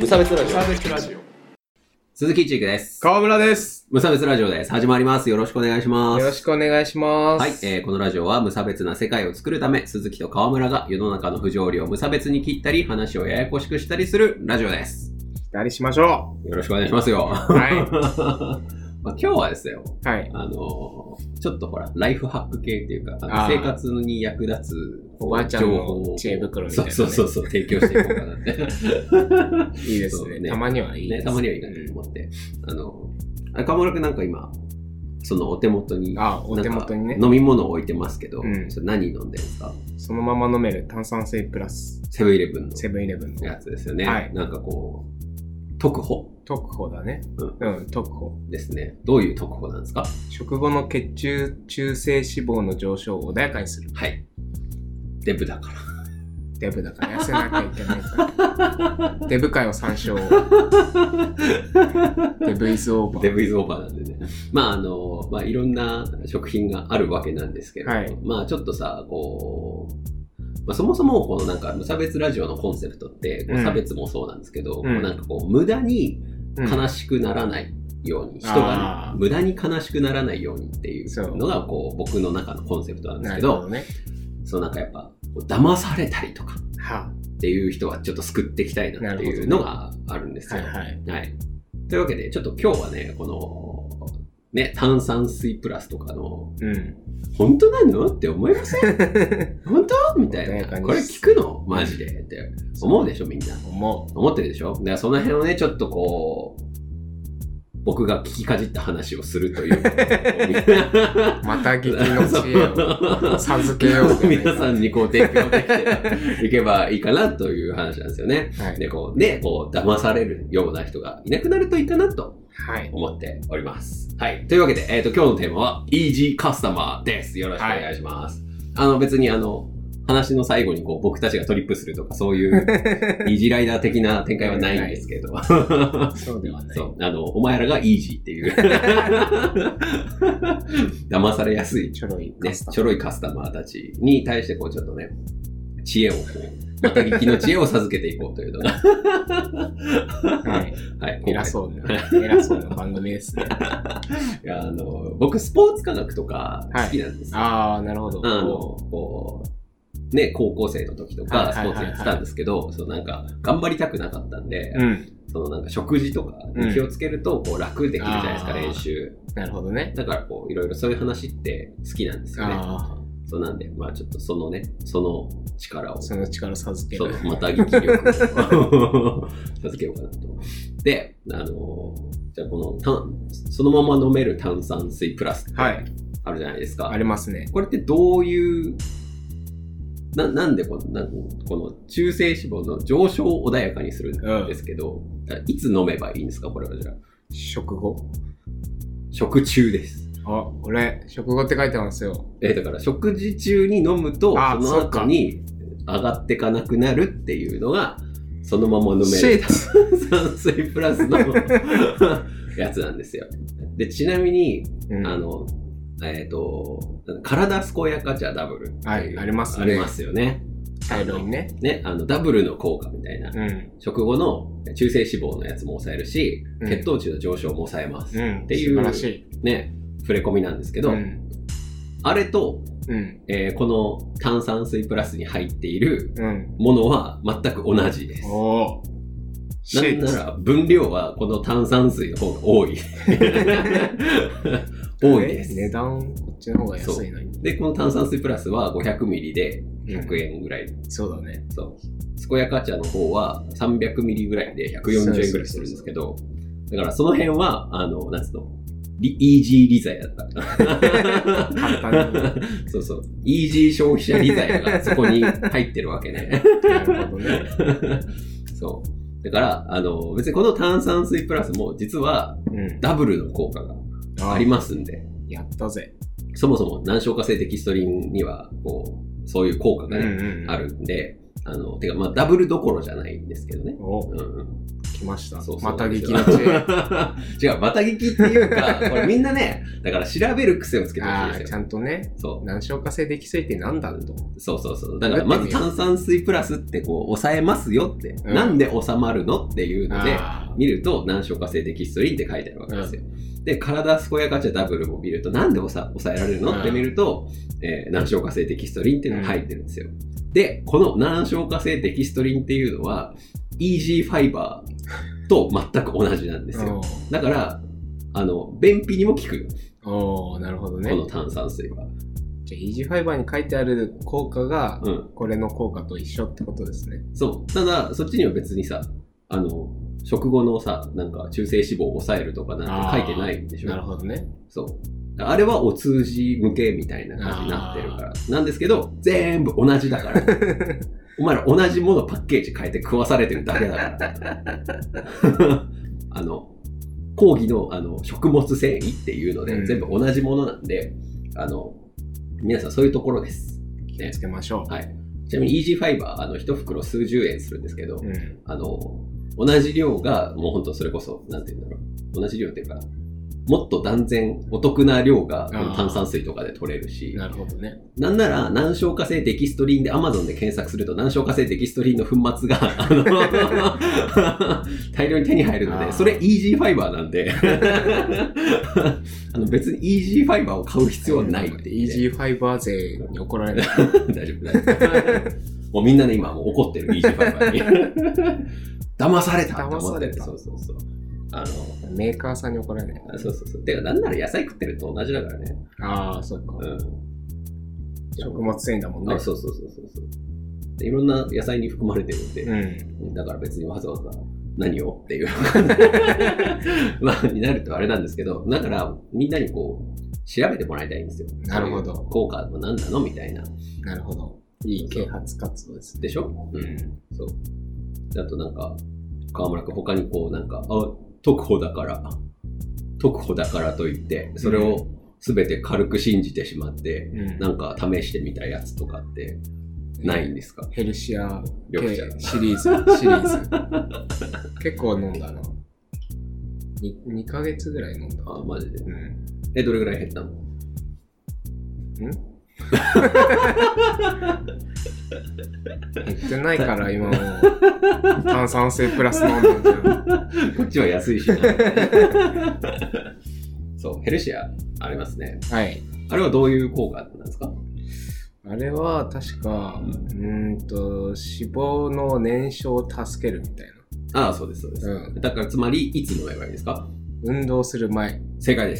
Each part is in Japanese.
無差別ラジオ。 無差別ラジオ。 鈴木一育です。 川村です。 無差別ラジオです。始まります。よろしくお願いします。 よろしくお願いします。 はい、このラジオは無差別な世界を作るため、鈴木と川村が世の中の不条理を無差別に切ったり、話をややこしくしたりするラジオです。 やりしましょよろしくお願いしますよ。 はい。 まあ、今日はですよ。 はい。 ちょっとほら、ライフハック系っていうか、生活に役立つおばあちゃんの知恵袋みたいな、ね。 そう、提供していこうかなって。 いいですね。たまにはいいですね。 たまにはいいかなと思って。川村くんなんか今、そのお手元に、 お手元にね。 飲み物を置いてますけど、それ何飲んでるんですか？ そのまま飲める炭酸水プラス。 セブンイレブンの。 セブンイレブンのやつですよね。 はい。 なんかこう、特保だね。特保。 ですね。どういう特保なんですか？ 食後の血中中性脂肪の上昇を穏やかにする。 はい。デブだから。 デブだから痩せなきゃいけないから。デブ界を参照。デブイズオーバー。 デブイズオーバーなんでね。まあいろんな食品があるわけなんですけれども、はい、まあちょっとさ、こう、まあ、そもそもこのなんか無差別ラジオのコンセプトって、こう差別もそうなんですけど、なんかこう無駄に悲しくならないように、人がね、無駄に悲しくならないようにっていうのがこう僕の中のコンセプトなんですけど、そうなんかやっぱ騙されたりとかっていう人はちょっと救っていきたいなっていうのがあるんですよ。はい。というわけでちょっと今日はね、このね、炭酸水プラスとかの、本当なのって思いません？本当みたいな。これ聞くのマジでって思うでしょみんな。思ってるでしょ。だからその辺をね、ちょっとこう、僕が聞きかじった話をするという。 また聞きの知恵を授けよう。 皆さんにこう提供できていけばいいかなという話なんですよね。はい、で、こう、騙されるような人がいなくなるといいかなと思っております。はい。というわけで、今日のテーマは Easy Customer です。よろしくお願いします。はい、別に話の最後にこう僕たちがトリップするとかそういうイージーライダー的な展開はないんですけどそうではない。 そう、お前らがイージーっていう騙されやすいちょろいカスタマーたちに対してこうちょっとね、知恵をこう、また聞きの知恵を授けていこうというのがはい。偉そうな番組ですね。 いや、僕スポーツ科学とか好きなんですよ。 ああ、なるほど。 こう、ね、高校生の時とかスポーツやってたんですけど、そうなんか頑張りたくなかったんで、そのなんか食事とかに気をつけるとこう楽できるじゃないですか、練習。 なるほどね。 だからこういろいろそういう話って好きなんですよね。そうなんで、まあちょっとその力を授ける。また聞き力を授けようかなと。で、じゃあこのそのまま飲める炭酸水プラスってあるじゃないですか。 ありますね。 これってどういうなんでこの中性脂肪の上昇を穏やかにするんですけど、いつ飲めばいいんですかこれはじゃあ。 食後。 食中です。 これ、食後って書いてますよ。 だから食事中に飲むと、その後に上がってかなくなるっていうのが、そのまま飲める炭酸水プラスのやつなんですよ。で、ちなみに、体健やか茶ダブル。 はい、ありますね。 ありますよね。 茶色いね。 ダブルの効果みたいな。食後の中性脂肪のやつも抑えるし、血糖値の上昇も抑えます。っていう、 素晴らしい。 ね、触れ込みなんですけど、あれと、この炭酸水プラスに入っているものは全く同じです。なんなら分量はこの炭酸水の方が多い。多いです。 値段こっちの方が安いのに。 で、この炭酸水プラスは500ミリで100円ぐらい。 そうだね。 そう。健やか茶の方は300ミリぐらいで140円ぐらいするんですけど、だからその辺は、なんつうの、イージーリザヤだった。 簡単に。 そう。イージー消費者リザヤがそこに入ってるわけね。 なるほどね。 そう。だから、別にこの炭酸水プラスも実は、ダブルの効果がありますんで。 やったぜ。 そもそも難消化性デキストリンには、こう、そういう効果が、あるんで、 てかまあダブルどころじゃないんですけどね。 来ました。 そうまた聞きの知恵。 違う、また聞きっていうか、これみんなね、だから調べる癖をつけてほしいですよ。 ちゃんとね。そう。難消化性デキストリンってなんだと。 そう。だからまず炭酸水プラスってこう、抑えますよって。なんで収まるのっていうので、見ると難消化性デキストリンって書いてあるわけですよ。で、体健やか茶ダブルも見ると、なんで抑えられるのって見ると、難消化性デキストリンっていうのが入ってるんですよ。で、この難消化性デキストリンっていうのは、イージーファイバーと全く同じなんですよ。だから、便秘にも効くよ。 なるほどね。 この炭酸水は。 じゃあ、イージーファイバーに書いてある効果が、これの効果と一緒ってことですね。 そう。ただ、そっちには別にさ、食後のさ、なんか中性脂肪を抑えるとかなんて書いてないんでしょ。 なるほどね。 そう。あれはお通じ向けみたいな感じになってるから。なんですけど、全部同じだから。お前ら同じものパッケージ変えて食わされてるだけだから。講義の食物繊維っていうので、全部同じものなんで、皆さんそういうところです。 気をつけましょう。 はい。ちなみにイージーファイバー、一袋数十円するんですけど、同じ量が、もう本当それこそ、なんて言うんだろう。同じ量っていうか、もっと断然お得な量が炭酸水とかで取れるし。 なるほどね。 なんなら難消化性デキストリンで Amazon で検索すると難消化性デキストリンの粉末が大量に手に入るので、それイージーファイバーなんで別にイージーファイバーを買う必要はないってイージーファイバー勢に怒られない。 大丈夫。もうみんなね、今もう怒ってる、イージーファイバーに。騙された。そう。 メーカーさんに怒られない。 そう。てか、なんなら野菜食ってると同じだからね。 そうか。食物繊維だもんね。 そう。いろんな野菜に含まれてるんで、だから別にわざわざ何をっていうまあ、になるとあれなんですけど、だからみんなにこう、調べてもらいたいんですよ。 なるほど。 効果は何なのみたいな。 なるほど。いい啓発活動です。 でしょ？そう。あとなんか、川村くん他にこうなんか、特保だからといって、それを全て軽く信じてしまって、なんか試してみたやつとかってないんですか？ ヘルシア緑茶シリーズ。結構飲んだな。2ヶ月ぐらい飲んだ。 マジで？どれぐらい減ったの？ 減ってないから今も炭酸水プラス飲んでるじゃん。 こっちは安いしな。そう、ヘルシアありますね。 はい。 あれはどういう効果なんですか？ あれは確か、脂肪の燃焼を助けるみたいな。そうです。だからつまりいつ飲めばいいですか？ 運動する前。 正解です。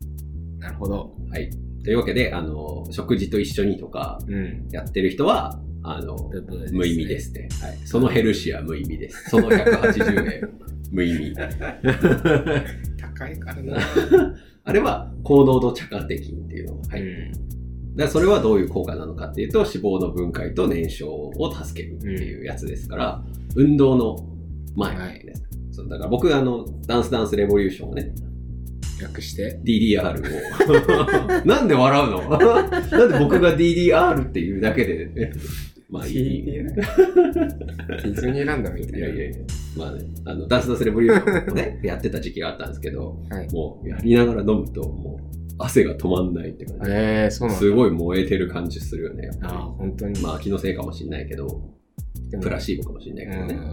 なるほど。 はい。というわけで、食事と一緒にとかやってる人は、無意味ですね。はい。そのヘルシア無意味です。その180円無意味。 高いからな。 あれは高濃度茶化テキンっていうのが入ってる。だからそれはどういう効果なのかっていうと、脂肪の分解と燃焼を助けるっていうやつですから、運動の前です。そう、だから僕ダンスレボリューションをね、 略して DDR をなんで笑うの？なんで僕が DDR っていうだけでまあいい。 ディズニーランドみたいな。 いや。まあね、ダンスレボリューションをね、やってた時期があったんですけど、もうやりながら飲むと、もう汗が止まんないって感じ。 そうなんだ。 すごい燃えてる感じするよね。 本当に。 まあ気のせいかもしれないけど、プラシーボかもしれないけどね。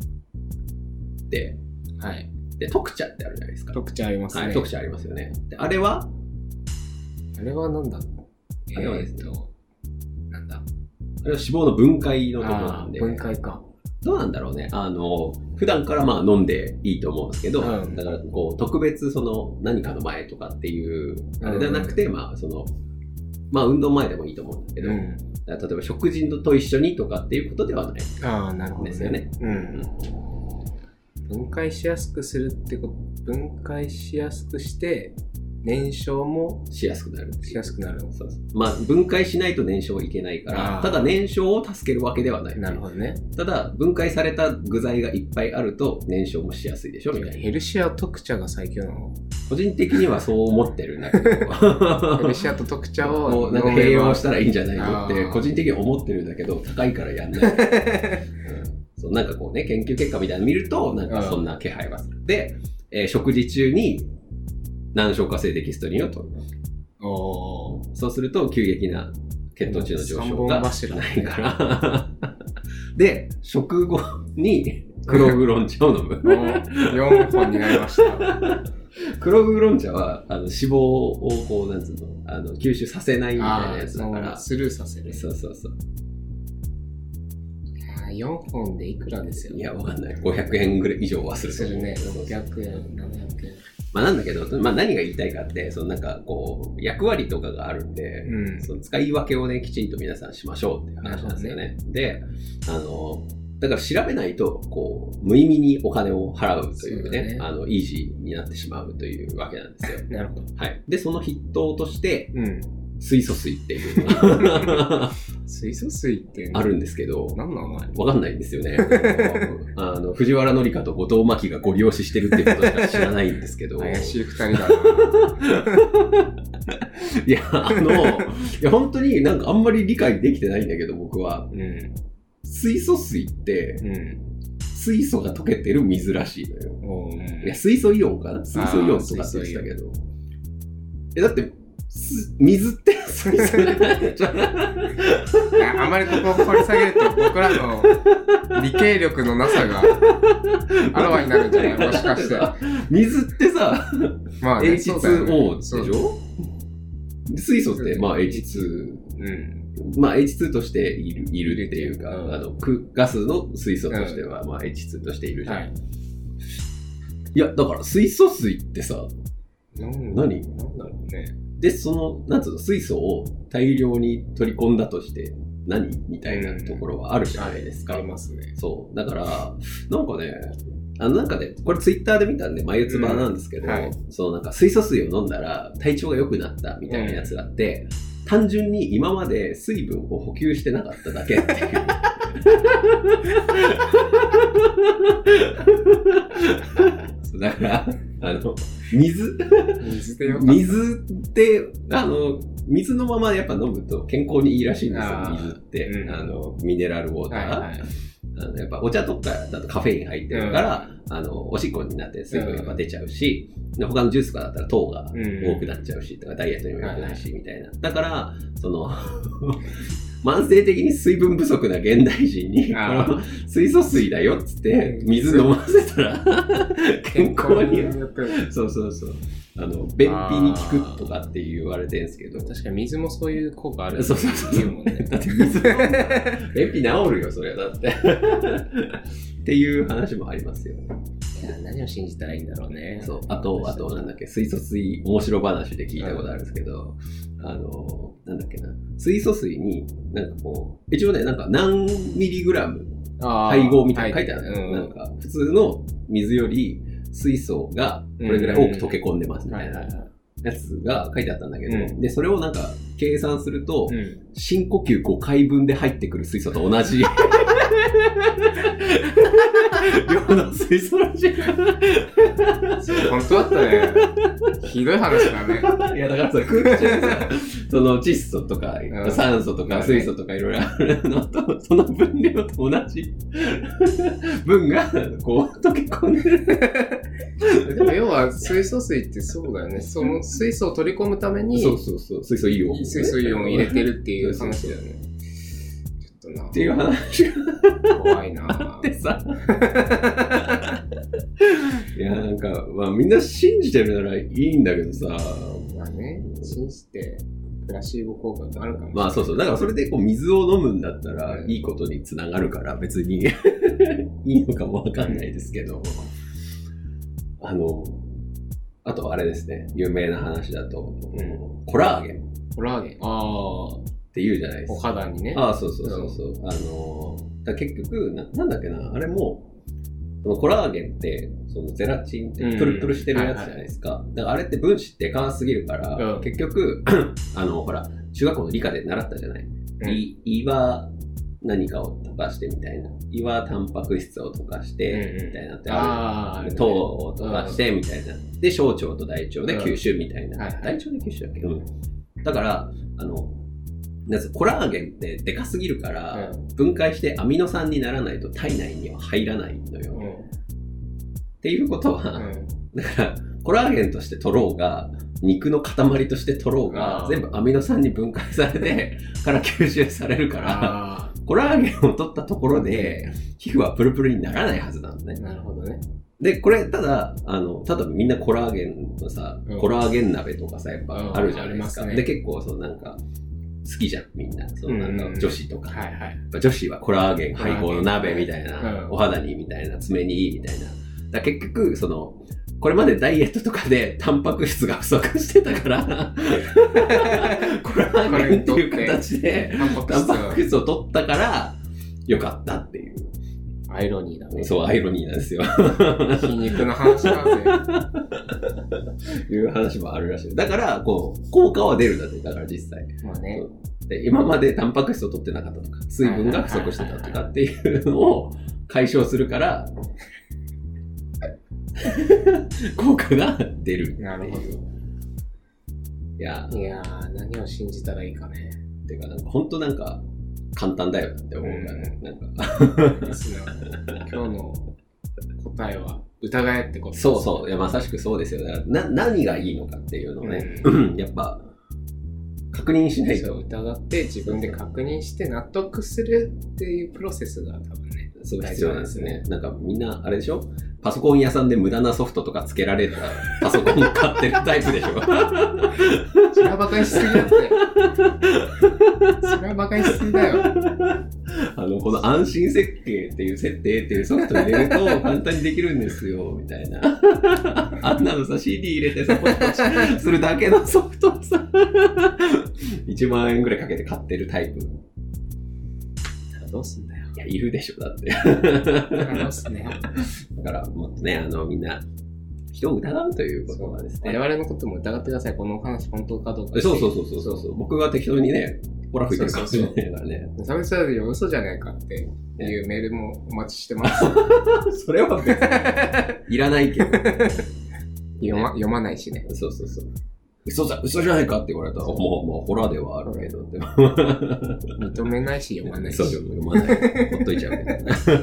で、特茶ってあるじゃないですか。 特茶ありますね。 特茶ありますよね。で、あれはなんだ？ あれはですね、 なんだ？ あれは脂肪の分解のところなんで。 分解か。 どうなんだろうね。普段からまあ飲んでいいと思うんですけど、だからこう、特別その何かの前とかっていう、あれじゃなくて、まあ運動前でもいいと思うんだけど、例えば食事と一緒にとかっていうことではない。 なるほどね。 ですよね。 分解しやすくするってこと、分解しやすくして、燃焼もしやすくなる。そう。まあ、分解しないと燃焼いけないから、ただ燃焼を助けるわけではない。 なるほどね。 ただ、分解された具材がいっぱいあると燃焼もしやすいでしょみたいな。 ヘルシア特茶が最強なの？ 個人的にはそう思ってるんだけどフレシアと特茶をなんか併用したらいいんじゃないのって個人的には思ってるんだけど、高いからやんない、そうなんかこうね、研究結果みたいなの見るとなんかそんな気配はする。で、食事中に難消化性デキストリンを取る。そうすると急激な血糖値の上昇がないからで、食後に黒ウーロン茶を飲む 4本になりました黒ウーロン茶は脂肪をこうなんつうの吸収させないみたいなやつだからスルーさせる。 そうそうそう。 いや4本でいくらですよ。 いやわかんない。500円ぐらい以上はする。 するね。600円、700円。 まあなんだけど、まあ何が言いたいかって、そのなんかこう役割とかがあるんで、その使い分けをねきちんと皆さんしましょうっていう話なんですよね。で、だから調べないとこう無意味にお金を払うというね、イージーになってしまうというわけなんですよ。 なるほど。 はい。でその筆頭として、水素水っていう水素水ってあるんですけど、 何なのわかんないんですよね。藤原紀香と後藤真希がご利用ししてるってことしか知らないんですけど。 怪しい二人だな。 いや、いや本当になんかあんまり理解できてないんだけど、僕は。水素水って、水素が溶けてる水らしいのよ。いや、水素イオンかな？水素イオンとかって言ってたけど。だって、水って水素じゃないじゃん。 あまりここを掘り下げると僕らの理系力のなさがあらわになるんじゃない？もしかして。 水ってさ、 まあね、 H2O でしょ？水素ってまあ H2。まあ H2 としているっていうか、ガスの水素としてはまあ H2 としているじゃん。いや、だから水素水ってさ、何なんだろうね。 で、なんつうの、水素を大量に取り込んだとして何みたいなところはあるじゃないですか。 ありますね。 そう。だから、なんかね、これツイッターで見たんで、眉唾なんですけど、なんか水素水を飲んだら体調が良くなったみたいなやつがあって、単純に今まで水分を補給してなかっただけっていう。だから、水って水のままやっぱ飲むと健康にいいらしいんですよ、水って。ミネラルウォーター。やっぱお茶とかだとカフェイン入ってるから、おしっこになって水分やっぱ出ちゃうし、他のジュースとかだったら糖が多くなっちゃうし、とかダイエットにも良くないし、みたいな。だから、慢性的に水分不足な現代人に、水素水だよっつって、水飲ませたら、健康に、そう。便秘に効くとかって言われてるんですけど。 確かに水もそういう効果ある。 そう。だって水便秘治るよ、それはだって。っていう話もありますよ。 いや、何を信じたらいいんだろうね。 そう。あとなんだっけ、水素水面白話で聞いたことあるんですけど、なんだっけな、水素水に、なんかこう、一応ね、なんか何ミリグラム配合みたいなの書いてあるの、なんか、普通の水より水素がこれぐらい多く溶け込んでますみたいなやつが書いてあったんだけど、で、それをなんか計算すると、深呼吸5回分で入ってくる水素と同じ量の水素らしい。 本当だったね。ひどい話だね。 いや、だから空気中にさ、窒素とか、酸素とか水素とかいろいろあるのと、その分量と同じ分がこう溶け込んでる。 でも要は水素水ってそうだよね。その水素を取り込むために、 そう、水素イオンを入れてるっていう話だよね。ちょっとな。 っていう話が怖いなってさ。いや、なんか、まあみんな信じてるならいいんだけどさ。 まあね、信じて、プラシーボ効果があるかもしれない。 まあそう。だからそれでこう水を飲むんだったらいいことにつながるから別にいいのかもわかんないですけど。あとあれですね、有名な話だと、コラーゲン。って言うじゃないですか。 お肌にね。 そう。結局なんだっけな、あれも、そのコラーゲンって、そのゼラチンってプルプルしてるやつじゃないですか。だからあれって分子でかすぎるから、結局、ほら、中学校の理科で習ったじゃない。 何かを溶かしてみたいな。胃はタンパク質を溶かしてみたいなってある。 糖を溶かしてみたいな。で、小腸と大腸で吸収みたいな。大腸で吸収だっけ？だから、コラーゲンってでかすぎるから、分解してアミノ酸にならないと体内には入らないのよ。っていうことは、だから、コラーゲンとして取ろうが、肉の塊として取ろうが、全部アミノ酸に分解されてから吸収されるから、コラーゲンを取ったところで、皮膚はプルプルにならないはずなのね。 なるほどね。 で、これ、ただみんなコラーゲンのさ、コラーゲン鍋とかさ、やっぱあるじゃないですか。で、結構、好きじゃん、みんな。女子とか。女子はコラーゲン配合の鍋みたいな、お肌にみたいな、爪にいいみたいな。だ結局、これまでダイエットとかでタンパク質が不足してたから、コラーゲンっていう形でタンパク質を取ったからよかったっていう。 アイロニーだね。 そう、アイロニーなんですよ。 筋肉の話だぜ。 いう話もあるらしい。だから、効果は出るんだって、だから実際。 まあね。 で、今までタンパク質を取ってなかったとか、水分が不足してたとかっていうのを解消するから、効果が出る。 なるほど。いやー、何を信じたらいいかね。 てか、本当簡単だよって思うからね。 今日の答えは疑えってことですね。そう。いや、まさしくそうですよ。だから何がいいのかっていうのをね、やっぱ、確認しないと。 そう、疑って自分で確認して納得するっていうプロセスが多分ね、 そう必要なんですね。みんな、あれでしょ？パソコン屋さんで無駄なソフトとかつけられたパソコン買ってるタイプでしょ？ それはバカにしすぎだって。それはバカにしすぎだよ。 この安心設計っていう設定っていうソフト入れると簡単にできるんですよ、みたいな。あんなのさ、CD 入れてさ、ポチポチするだけのソフトをさ、1万円ぐらいかけて買ってるタイプ。 どうすんだよ。 いや、いるでしょ、だって。 どうすんだよ。 だから、もっとね、みんな、人を疑うということはですね。 我々のことも疑ってください。この話本当かどうか。 そう。僕が適当にね、ほら吹いてるかもしれないからね。 差別ラジオ嘘じゃないかっていうメールもお待ちしてます。 それは別にいらないけど。 読まないしね。 そう。嘘じゃないかって言われたら、もうホラーではあるけど。 認めないし読まないし。 そう、読まない。ほっといちゃうけど。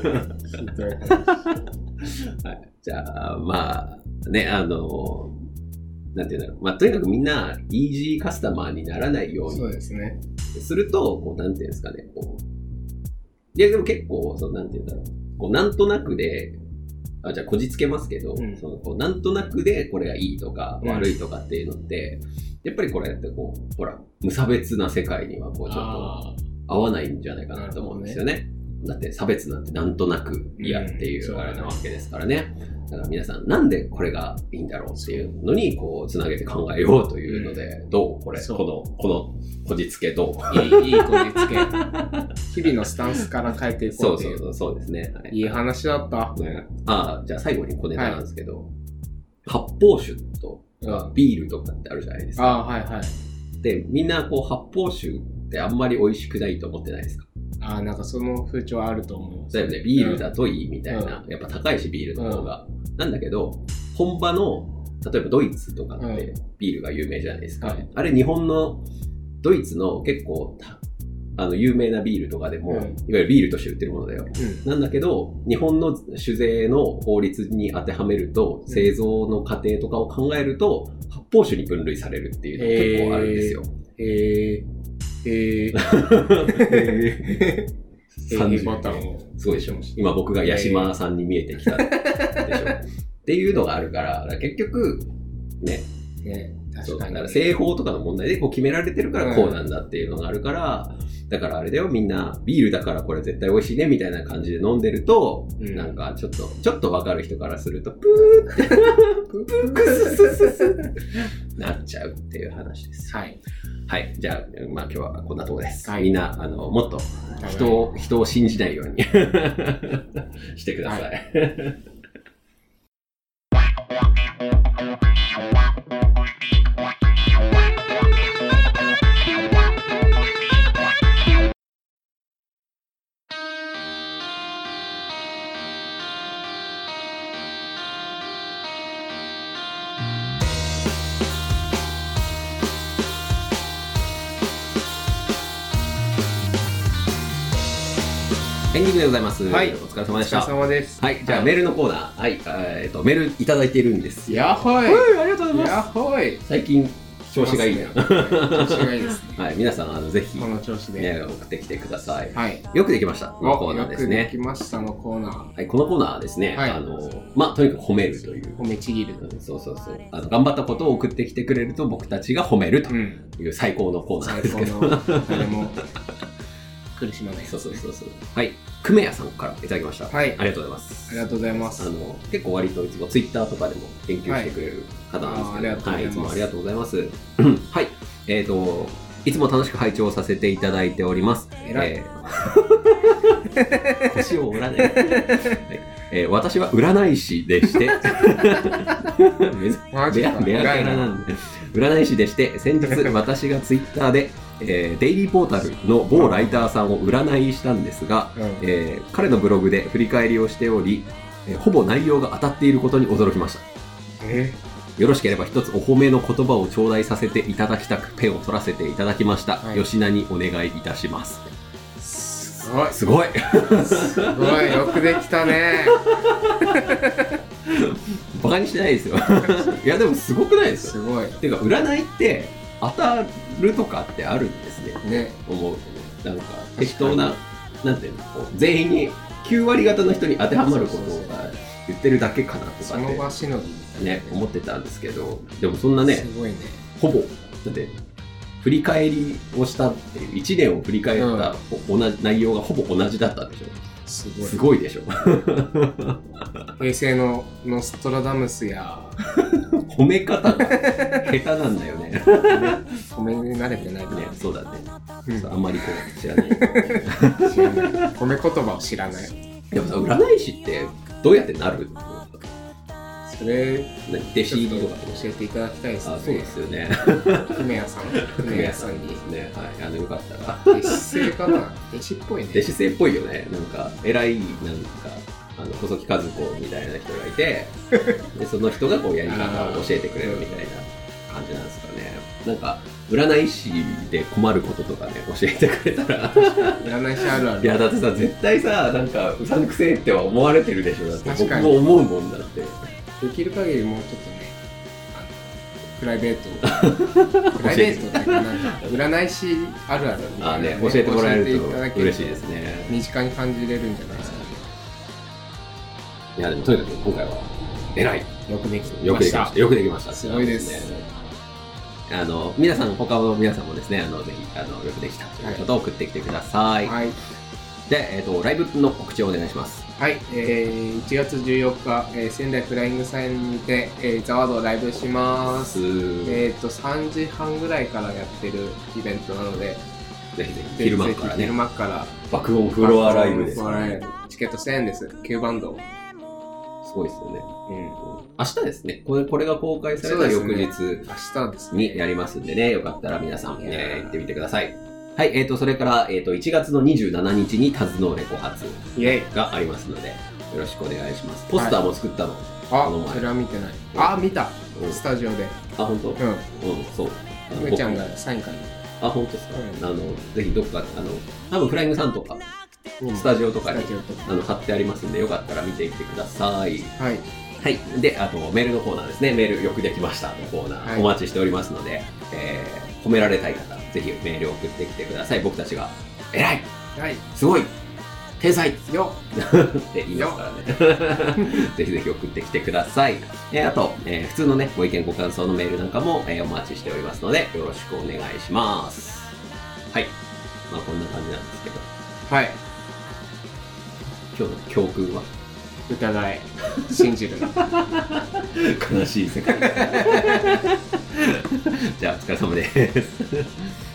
はい。じゃあ、まあ、ね、なんていうんだろう。まあ、とにかくみんな、イージーカスタマーにならないように。 そうですね。 すると、なんていうんですかね、いや、でも結構、なんていうんだろう。なんとなくで、じゃあこじつけますけど、なんとなくでこれがいいとか悪いとかっていうのって、やっぱりこれってほら、無差別な世界にはちょっと合わないんじゃないかなと思うんですよね。だって差別なんてなんとなく嫌っていうあれなわけですからね。だから皆さんなんでこれがいいんだろうっていうのにつなげて考えようというので、どうこれ、このこじつけどういいこじつけ。日々のスタンスから変えていこうっていう。 そうですね。 はい、いい話だった。 じゃあ最後に小ネタなんですけど、発泡酒とかビールとかってあるじゃないですか。で、みんな発泡酒ってあんまり美味しくないと思ってないですか？ なんかその風潮あると思う。 だよね、ビールだといいみたいな。やっぱ高いし、ビールの方が。なんだけど、本場の、例えばドイツとかってビールが有名じゃないですか。あれ日本の、ドイツの結構、有名なビールとかでも、いわゆるビールとして売ってるものだよ。なんだけど、日本の酒税の法律に当てはめると、製造の過程とかを考えると、発泡酒に分類されるっていうのが結構あるんですよ。 ボタンをすごいでしょ。今僕が八島さんに見えてきたでしょ。っていうのがあるから、結局、ね。確かに。だから製法とかの問題で決められてるからこうなんだっていうのがあるから、だからあれだよ、みんなビールだからこれ絶対美味しいねみたいな感じで飲んでると、なんかちょっとわかる人からすると、プーってなっちゃうっていう話です。はい。はい。じゃあ、まあ今日はこんなところです。みんな、もっと人を信じないようにしてください。 エンディングでございます。 はい、 お疲れ様でした。 お疲れ様です。 はい、じゃあメールのコーナー。はい、メールいただいているんです。 やっほい。 ありがとうございます。 やっほい。 最近調子がいいな。 調子がいいですね。 はい、皆さんぜひこの調子で、 ね、送ってきてください。 はい。 よくできました。このコーナーですね。 よくできましたのコーナー。 はい、このコーナーはですね、 はい、 とにかく褒めるという。 褒めちぎる。 そう。頑張ったことを送ってきてくれると僕たちが褒めるという最高のコーナーですけど。 誰も苦しまない。 そう。はい。久米屋さんからいただきました。 はい。 ありがとうございます。 ありがとうございます。 結構割といつもツイッターとかでも研究してくれる方なんですけど、はい、いつもありがとうございます。はい。いつも楽しく拝聴させていただいております。腰を折らない。私は占い師でして、占い師でして、先日私がツイッターで、デイリーポータルの某ライターさんを占いしたんですが、彼のブログで振り返りをしており、ほぼ内容が当たっていることに驚きました。よろしければ一つお褒めの言葉を頂戴させていただきたくペンを取らせていただきました。はい、吉名にお願いいたします。すごいよくできたね。 バカにしてないですよ。いやでもすごくないですか。 すごい。 ていうか占いって当たるとかってあるんですね。ね、思うとね、なんか適当ななんていうの、全員に9割方の人に当てはまることが言ってるだけかなとかってその場しのぎね思ってたんですけど、でもそんなね、 すごいね。 ほぼだって振り返りをしたっていう1年を振り返った同じ内容がほぼ同じだったでしょ。すごいでしょ。 平成のノストラダムスや褒め方が下手なんだよね。 褒め慣れてないね。 そうだね。あんまりこう知らない。 褒め言葉を知らない。 でもさ、占い師ってどうやってなるの？ それ弟子入りとか教えていただきたいですね。 そうですよね。 久米屋さんにですね。はい、よかったら。 弟子制かな。弟子っぽいね。 弟子制っぽいよね。なんか偉いなんか細木和子みたいな人がいて、でその人がこうやり方を教えてくれるみたいな感じなんですかね。なんか占い師で困ることとかね教えてくれたら。 占い師あるある。 いやだってさ絶対さなんかうさんくせえっては思われてるでしょ。だって僕も思うもんだって。 できる限りもうちょっとね、プライベートってなんか占い師あるあるみたいな、 ね、教えてもらえると嬉しいですね。 身近に感じれるんじゃないですかね。 いやでもとにかく今回は偉い。 よくできました。 すごいですね。皆さん他の皆さんもですねぜひよくできたということを送ってきてください。はい。でライブの告知をお願いします。 はい、1月14日、仙台フライングサインにて、ザワードライブします。3時半ぐらいからやってるイベントなので、 ぜひ昼間からね。 昼間から爆音フロアライブです。 チケット1000円です。9バンド。 すごいですよね。明日ですね。これが公開された翌日にやりますんでね、よかったら皆さん、行ってみてください。はい、それから、1月の27日にタズノーレ5発がありますので、よろしくお願いします。ポスターも作ったの。 それは見てない。見た。スタジオで。 本当？そう。 むちゃんがサイン書いて。 本当ですか？ぜひどっか、多分フライングさんとか、スタジオとかに貼ってありますんで、よかったら見ていってください。はい。はい。で、あと、メールのコーナーですね。メールよくできましたのコーナー、お待ちしておりますので、褒められたい方、ぜひメールを送ってきてください。僕たちが、偉い、すごい、天才よって言いますからね。ぜひぜひ送ってきてください。あと、普通のね、ご意見ご感想のメールなんかも、お待ちしておりますので、よろしくお願いします。はい。まあこんな感じなんですけど。はい。今日の教訓は疑え、信じるな。 悲しい世界。じゃあお疲れ様です。